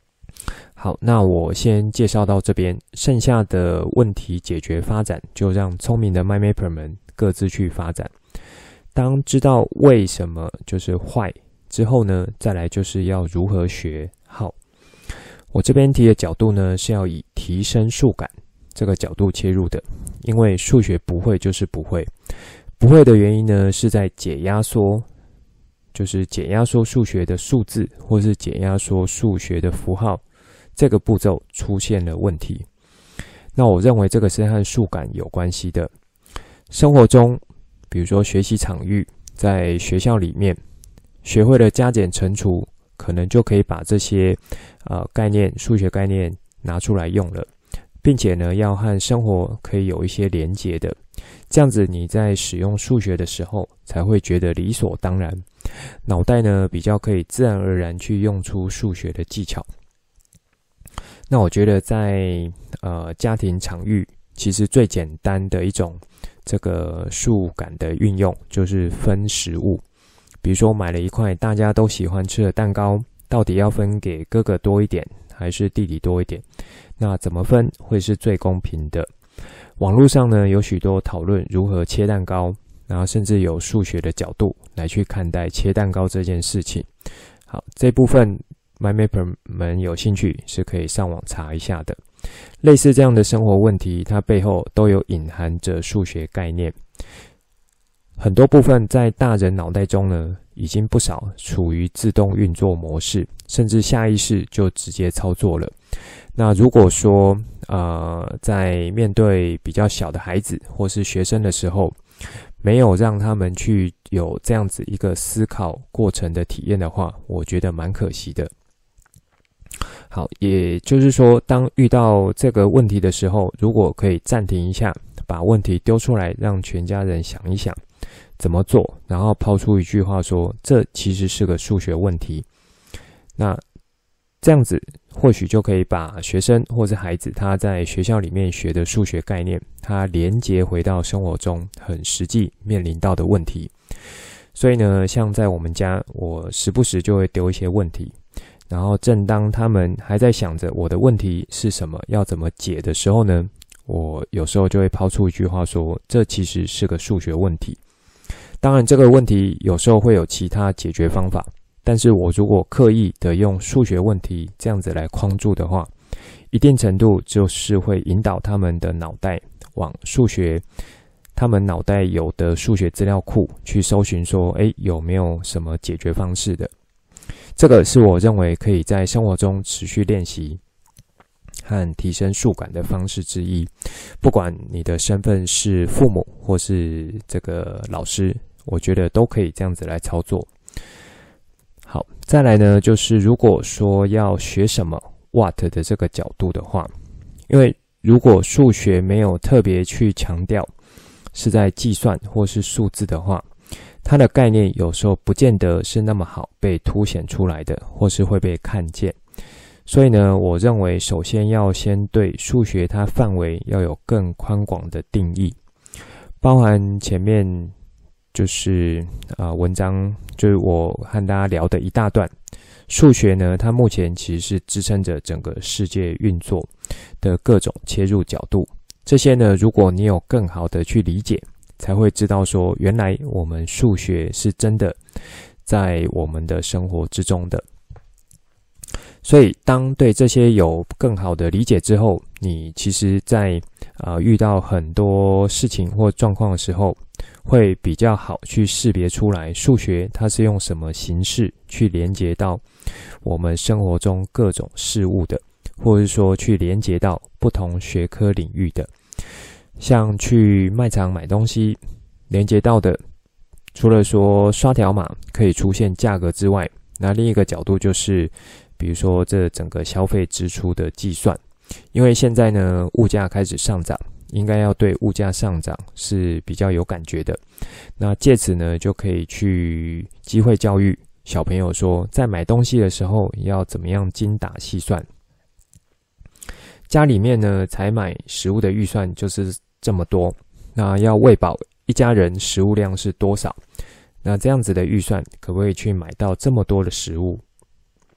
Speaker 1: 好，那我先介绍到这边，剩下的问题解决发展就让聪明的 MyMapper 们各自去发展。当知道为什么就是坏之后呢，再来就是要如何学好。我这边提的角度呢，是要以提升数感这个角度切入的，因为数学不会就是不会，不会的原因呢是在解压缩，就是解压缩数学的数字，或是解压缩数学的符号。这个步骤出现了问题，那我认为这个是和数感有关系的。生活中，比如说学习场域，在学校里面学会了加减乘除，可能就可以把这些呃概念、数学概念拿出来用了，并且呢，要和生活可以有一些连结的，这样子你在使用数学的时候才会觉得理所当然，脑袋呢比较可以自然而然去用出数学的技巧。那我觉得在呃家庭场域，其实最简单的一种这个数感的运用，就是分食物。比如说买了一块大家都喜欢吃的蛋糕，到底要分给哥哥多一点，还是弟弟多一点？那怎么分会是最公平的？网络上呢有许多讨论如何切蛋糕，然后甚至有数学的角度来去看待切蛋糕这件事情。好，这部分MyMapper 们有兴趣是可以上网查一下的。类似这样的生活问题，它背后都有隐含着数学概念。很多部分在大人脑袋中呢，已经不少处于自动运作模式，甚至下意识就直接操作了。那如果说呃，在面对比较小的孩子或是学生的时候，没有让他们去有这样子一个思考过程的体验的话，我觉得蛮可惜的。好，也就是说，当遇到这个问题的时候，如果可以暂停一下，把问题丢出来，让全家人想一想怎么做，然后抛出一句话说，这其实是个数学问题。那这样子或许就可以把学生或是孩子他在学校里面学的数学概念，他连结回到生活中很实际面临到的问题。所以呢，像在我们家，我时不时就会丢一些问题，然后正当他们还在想着我的问题是什么，要怎么解的时候呢，我有时候就会抛出一句话说，这其实是个数学问题。当然这个问题有时候会有其他解决方法，但是我如果刻意的用数学问题这样子来框住的话，一定程度就是会引导他们的脑袋往数学，他们脑袋有的数学资料库去搜寻说，诶，有没有什么解决方式的。这个是我认为可以在生活中持续练习和提升数感的方式之一。不管你的身份是父母或是这个老师，我觉得都可以这样子来操作。好，再来呢，就是如果说要学什么 what 的这个角度的话，因为如果数学没有特别去强调是在计算或是数字的话，它的概念有时候不见得是那么好被凸显出来的，或是会被看见。所以呢，我认为首先要先对数学它范围要有更宽广的定义，包含前面就是呃文章就是我和大家聊的一大段。数学呢，它目前其实是支撑着整个世界运作的各种切入角度。这些呢，如果你有更好的去理解，才会知道说，原来我们数学是真的在我们的生活之中的。所以当对这些有更好的理解之后，你其实在呃遇到很多事情或状况的时候，会比较好去识别出来数学它是用什么形式去连接到我们生活中各种事物的，或者是说去连接到不同学科领域的。像去卖场买东西连接到的，除了说刷条码可以出现价格之外，那另一个角度就是比如说这整个消费支出的计算。因为现在呢物价开始上涨，应该要对物价上涨是比较有感觉的。那借此呢就可以去机会教育小朋友说，在买东西的时候要怎么样精打细算。家里面呢采买食物的预算就是这么多，那要喂饱一家人食物量是多少？那这样子的预算可不可以去买到这么多的食物？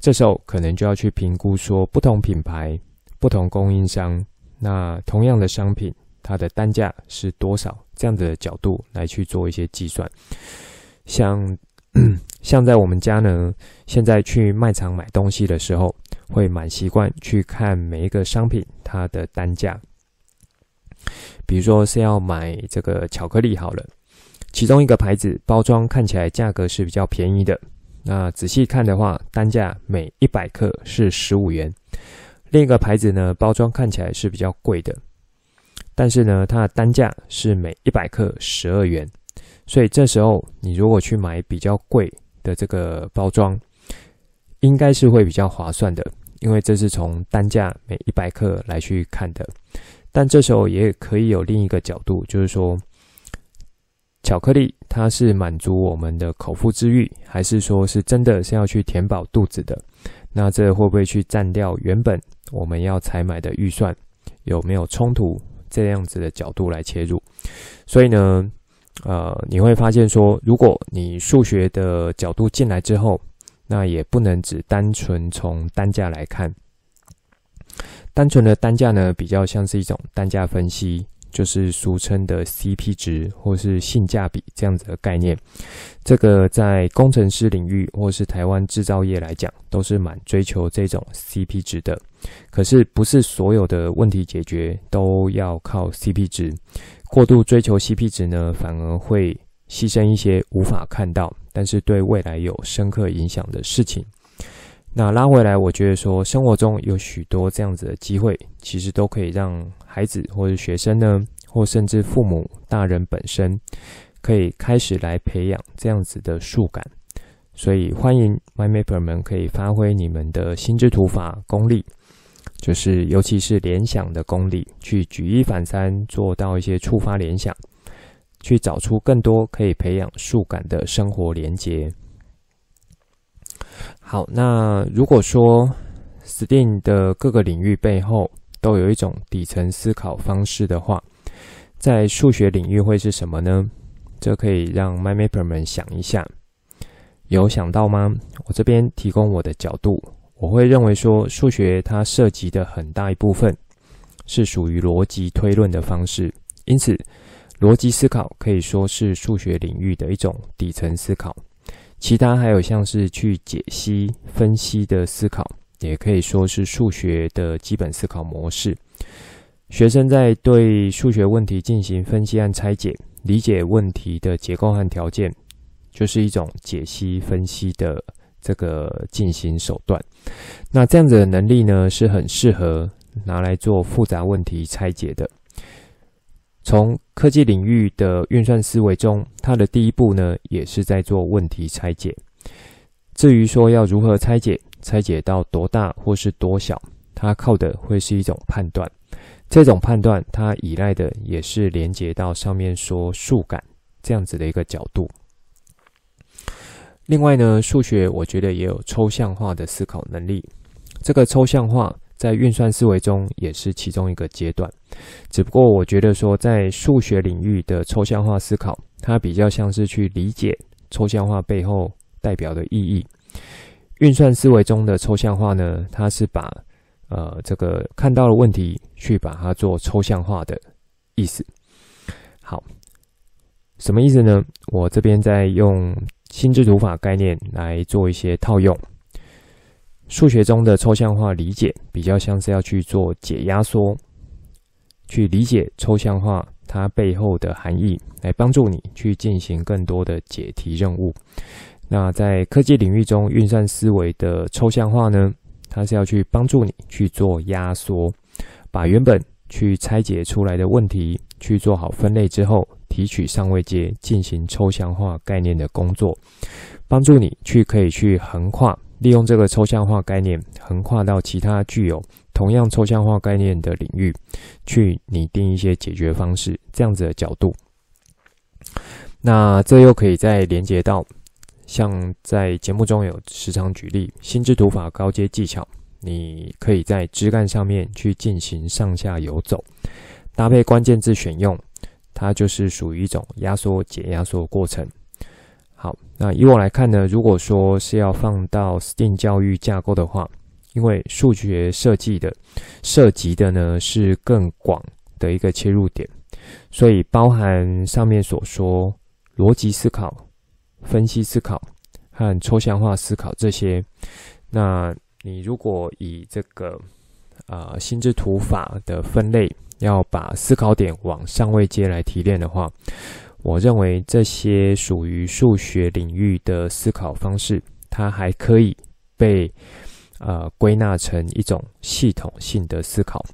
Speaker 1: 这时候可能就要去评估说不同品牌、不同供应商，那同样的商品它的单价是多少，这样的角度来去做一些计算。像像在我们家呢，现在去卖场买东西的时候，会蛮习惯去看每一个商品它的单价。比如说是要买这个巧克力好了，其中一个牌子包装看起来价格是比较便宜的，那仔细看的话，单价每一百克是十五元。另一个牌子呢，包装看起来是比较贵的，但是呢，它的单价是每一百克十二元。所以这时候你如果去买比较贵的这个包装，应该是会比较划算的，因为这是从单价每一百克来去看的。但这时候也可以有另一个角度，就是说巧克力它是满足我们的口腹之欲，还是说是真的是要去填饱肚子的？那这会不会去占掉原本我们要采买的预算？有没有冲突？这样子的角度来切入。所以呢，呃，你会发现说，如果你数学的角度进来之后，那也不能只单纯从单价来看。单纯的单价呢，比较像是一种单价分析，就是俗称的 C P 值或是性价比这样子的概念。这个在工程师领域或是台湾制造业来讲，都是蛮追求这种 C P 值的。可是不是所有的问题解决都要靠 C P 值，过度追求 C P 值呢，反而会牺牲一些无法看到，但是对未来有深刻影响的事情。那拉回来，我觉得说生活中有许多这样子的机会，其实都可以让孩子或者学生呢，或甚至父母大人本身，可以开始来培养这样子的数感。所以欢迎 MyMapper 们可以发挥你们的心智图法功力，就是尤其是联想的功力，去举一反三，做到一些触发联想，去找出更多可以培养数感的生活连结。好，那如果说 S T E A M 的各个领域背后都有一种底层思考方式的话，在数学领域会是什么呢？这可以让 MyMapper 们想一下，有想到吗？我这边提供我的角度，我会认为说，数学它涉及的很大一部分是属于逻辑推论的方式，因此逻辑思考可以说是数学领域的一种底层思考。其他还有像是去解析、分析的思考，也可以说是数学的基本思考模式。学生在对数学问题进行分析和拆解，理解问题的结构和条件，就是一种解析、分析的这个进行手段。那这样子的能力呢，是很适合拿来做复杂问题拆解的。从科技领域的运算思维中，它的第一步呢，也是在做问题拆解。至于说要如何拆解，拆解到多大或是多小，它靠的会是一种判断。这种判断，它依赖的也是连接到上面说数感这样子的一个角度。另外呢，数学我觉得也有抽象化的思考能力。这个抽象化在运算思维中也是其中一个阶段，只不过我觉得说在数学领域的抽象化思考，它比较像是去理解抽象化背后代表的意义。运算思维中的抽象化呢，它是把呃这个看到的问题去把它做抽象化的意思。好，什么意思呢？我这边在用心智图法概念来做一些套用。数学中的抽象化理解比较像是要去做解压缩，去理解抽象化它背后的含义，来帮助你去进行更多的解题任务。那在科技领域中，运算思维的抽象化呢，它是要去帮助你去做压缩，把原本去拆解出来的问题去做好分类之后，提取上位阶进行抽象化概念的工作，帮助你去可以去横跨，利用这个抽象化概念横跨到其他具有同样抽象化概念的领域，去拟定一些解决方式，这样子的角度。那这又可以再连接到像在节目中有时常举例心智图法高阶技巧，你可以在枝干上面去进行上下游走，搭配关键字选用，它就是属于一种压缩解压缩的过程。好， 好，那以我来看呢，如果说是要放到 S T E A M 教育架构的话，因为数学设计的涉及的呢是更广的一个切入点，所以包含上面所说逻辑思考、分析思考和抽象化思考这些。那你如果以这个呃心智图法的分类，要把思考点往上位阶来提炼的话，我认为这些属于数学领域的思考方式，它还可以被呃归纳成一种系统性的思考。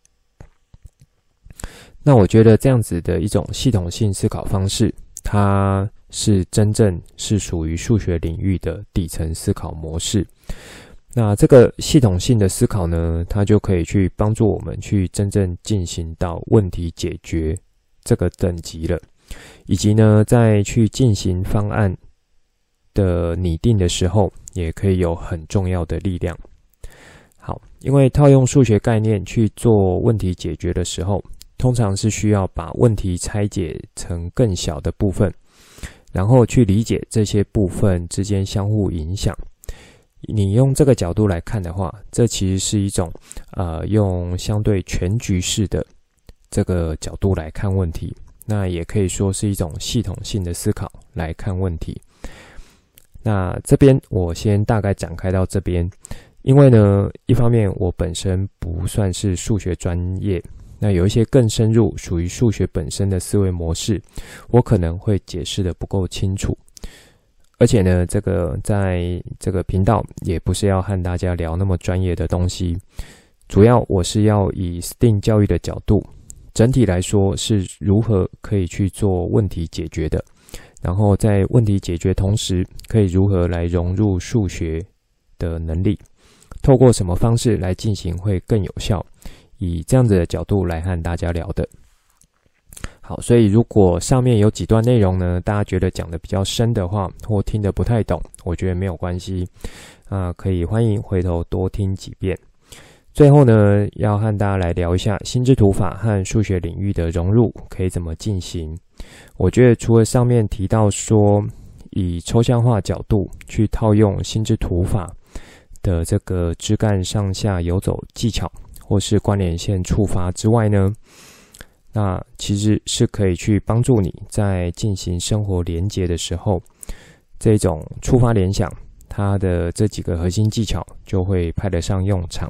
Speaker 1: 那我觉得这样子的一种系统性思考方式，它是真正是属于数学领域的底层思考模式。那这个系统性的思考呢，它就可以去帮助我们去真正进行到问题解决这个等级了，以及呢，在去进行方案的拟定的时候，也可以有很重要的力量。好，因为套用数学概念去做问题解决的时候，通常是需要把问题拆解成更小的部分，然后去理解这些部分之间相互影响。你用这个角度来看的话，这其实是一种呃用相对全局式的这个角度来看问题，那也可以说是一种系统性的思考来看问题。那这边我先大概展开到这边，因为呢，一方面我本身不算是数学专业，那有一些更深入属于数学本身的思维模式，我可能会解释的不够清楚。而且呢，这个在这个频道也不是要和大家聊那么专业的东西，主要我是要以 S T E A M 教育的角度，整体来说是如何可以去做问题解决的，然后在问题解决同时，可以如何来融入数学的能力，透过什么方式来进行会更有效，以这样子的角度来和大家聊的。好，所以如果上面有几段内容呢，大家觉得讲的比较深的话，或听得不太懂，我觉得没有关系，啊、呃，可以欢迎回头多听几遍。最后呢，要和大家来聊一下心智图法和数学领域的融入可以怎么进行。我觉得除了上面提到说，以抽象化角度去套用心智图法的这个枝干上下游走技巧，或是关联线触发之外呢，那其实是可以去帮助你在进行生活连结的时候，这种触发联想，它的这几个核心技巧就会派得上用场。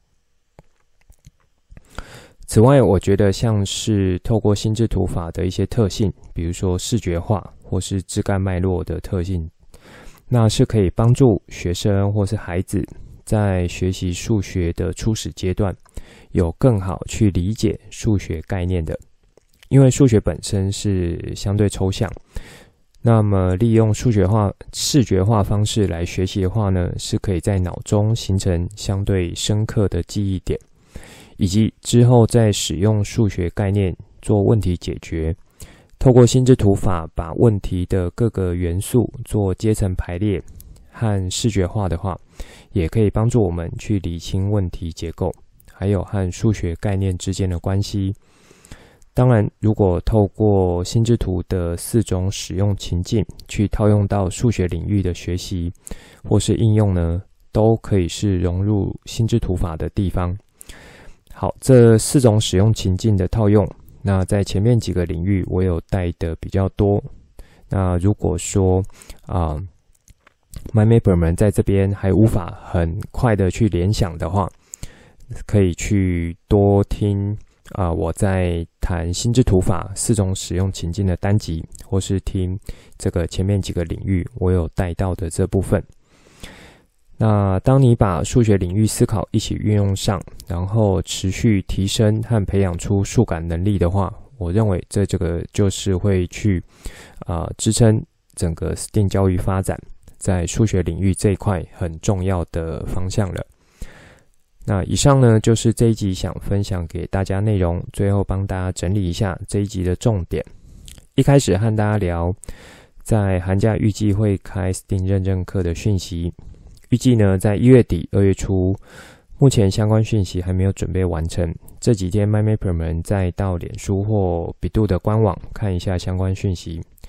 Speaker 1: 此外，我觉得像是透过心智图法的一些特性，比如说视觉化或是枝干脉络的特性，那是可以帮助学生或是孩子在学习数学的初始阶段有更好去理解数学概念的。因为数学本身是相对抽象，那么利用数学化、视觉化方式来学习的话呢，是可以在脑中形成相对深刻的记忆点，以及之后再使用数学概念做问题解决，透过心智图法把问题的各个元素做阶层排列和视觉化的话，也可以帮助我们去理清问题结构，还有和数学概念之间的关系。当然，如果透过心智图的四种使用情境去套用到数学领域的学习或是应用呢，都可以是融入心智图法的地方。好，这四种使用情境的套用，那在前面几个领域我有带的比较多。那如果说啊、呃、，MyMapper 们在这边还无法很快的去联想的话，可以去多听啊、呃，我在谈心智图法四种使用情境的单集，或是听这个前面几个领域我有带到的这部分。那当你把数学领域思考一起运用上，然后持续提升和培养出数感能力的话，我认为这这个就是会去啊、呃、支撑整个 S T E A M 教育发展在数学领域这一块很重要的方向了。那以上呢就是这一集想分享给大家内容，最后帮大家整理一下这一集的重点。一开始和大家聊在寒假预计会开 S T E A M 认证课的讯息，预计呢在一月底二月初，目前相关讯息还没有准备完成，这几天 MyMapper 们再到脸书或比度的官网看一下相关讯息，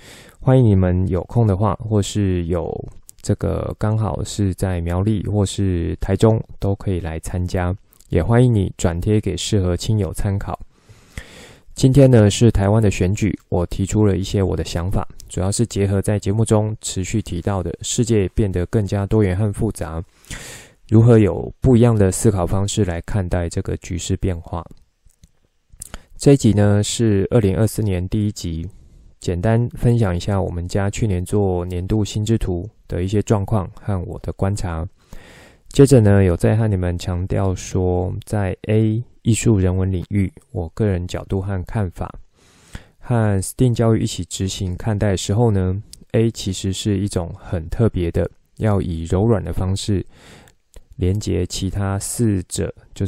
Speaker 1: 欢迎你们有空的话，或是有这个刚好是在苗栗或是台中都可以来参加，也欢迎你转贴给适合亲友参考。今天呢是台湾的选举，我提出了一些我的想法，主要是结合在节目中持续提到的世界变得更加多元和复杂，如何有不一样的思考方式来看待这个局势变化。这一集呢是二零二四年第一集，简单分享一下我们家去年做年度心智图的一些状况和我的观察。接着呢有在和你们强调说，在 A 艺术人文领域我个人角度和看法，和 S T E A M 教育一起执行看待的时候呢， A 其实是一种很特别的，要以柔软的方式连接其他四者，就是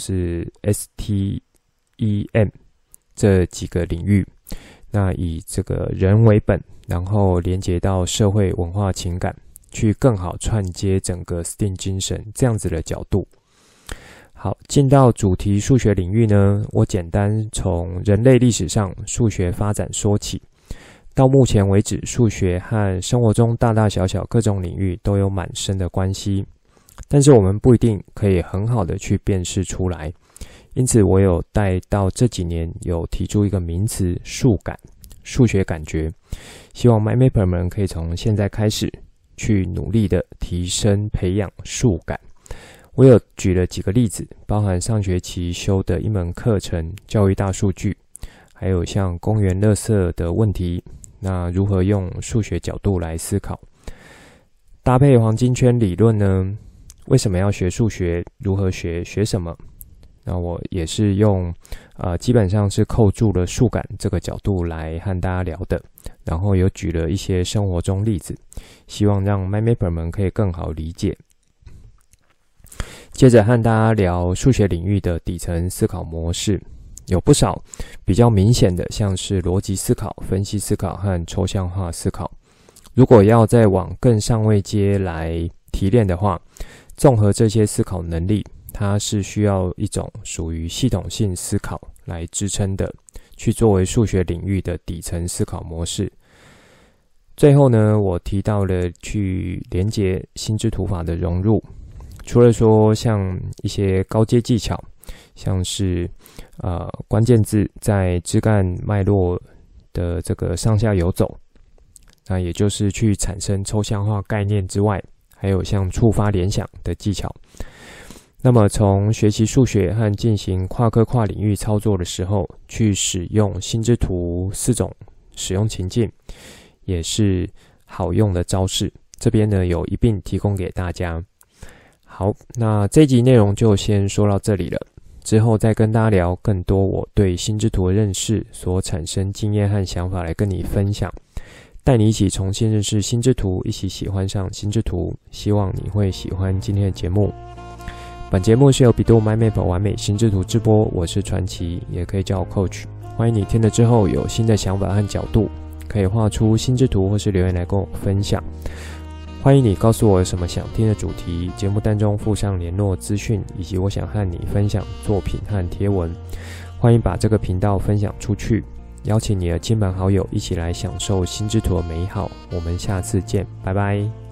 Speaker 1: S T E M 这几个领域，那以这个人为本，然后连接到社会文化情感，去更好串接整个 S T E A M 精神这样子的角度。好，进到主题数学领域呢，我简单从人类历史上数学发展说起。到目前为止，数学和生活中大大小小各种领域都有蛮深的关系，但是我们不一定可以很好的去辨识出来。因此我有带到这几年有提出一个名词数感，数学感觉，希望 MyMapper 们可以从现在开始去努力的提升培养数感。我有举了几个例子，包含上学期修的一门课程教育大数据，还有像公园垃圾的问题，那如何用数学角度来思考。搭配黄金圈理论呢，为什么要学数学，如何学，学什么，那我也是用呃，基本上是扣住了数感这个角度来和大家聊的，然后有举了一些生活中例子，希望让 MyMapper 们可以更好理解。接着和大家聊数学领域的底层思考模式，有不少比较明显的，像是逻辑思考、分析思考和抽象化思考。如果要再往更上位阶来提炼的话，综合这些思考能力，它是需要一种属于系统性思考来支撑的，去作为数学领域的底层思考模式。最后呢，我提到了去连结心智图法的融入，除了说像一些高阶技巧，像是呃关键字在枝干脉络的这个上下游走，那也就是去产生抽象化概念之外，还有像触发联想的技巧。那么从学习数学和进行跨科跨领域操作的时候，去使用心智图四种使用情境，也是好用的招式。这边呢有一并提供给大家。好，那这一集内容就先说到这里了，之后再跟大家聊更多我对心智图的认识所产生经验和想法来跟你分享，带你一起重新认识心智图，一起喜欢上心智图。希望你会喜欢今天的节目。本节目是由比度 MyMapper 完美心智图直播，我是传奇，也可以叫我 Coach。欢迎你听了之后有新的想法和角度，可以画出心智图或是留言来跟我分享。欢迎你告诉我有什么想听的主题，节目单中附上联络资讯，以及我想和你分享作品和贴文。欢迎把这个频道分享出去，邀请你的亲朋好友一起来享受心智图的美好。我们下次见，拜拜。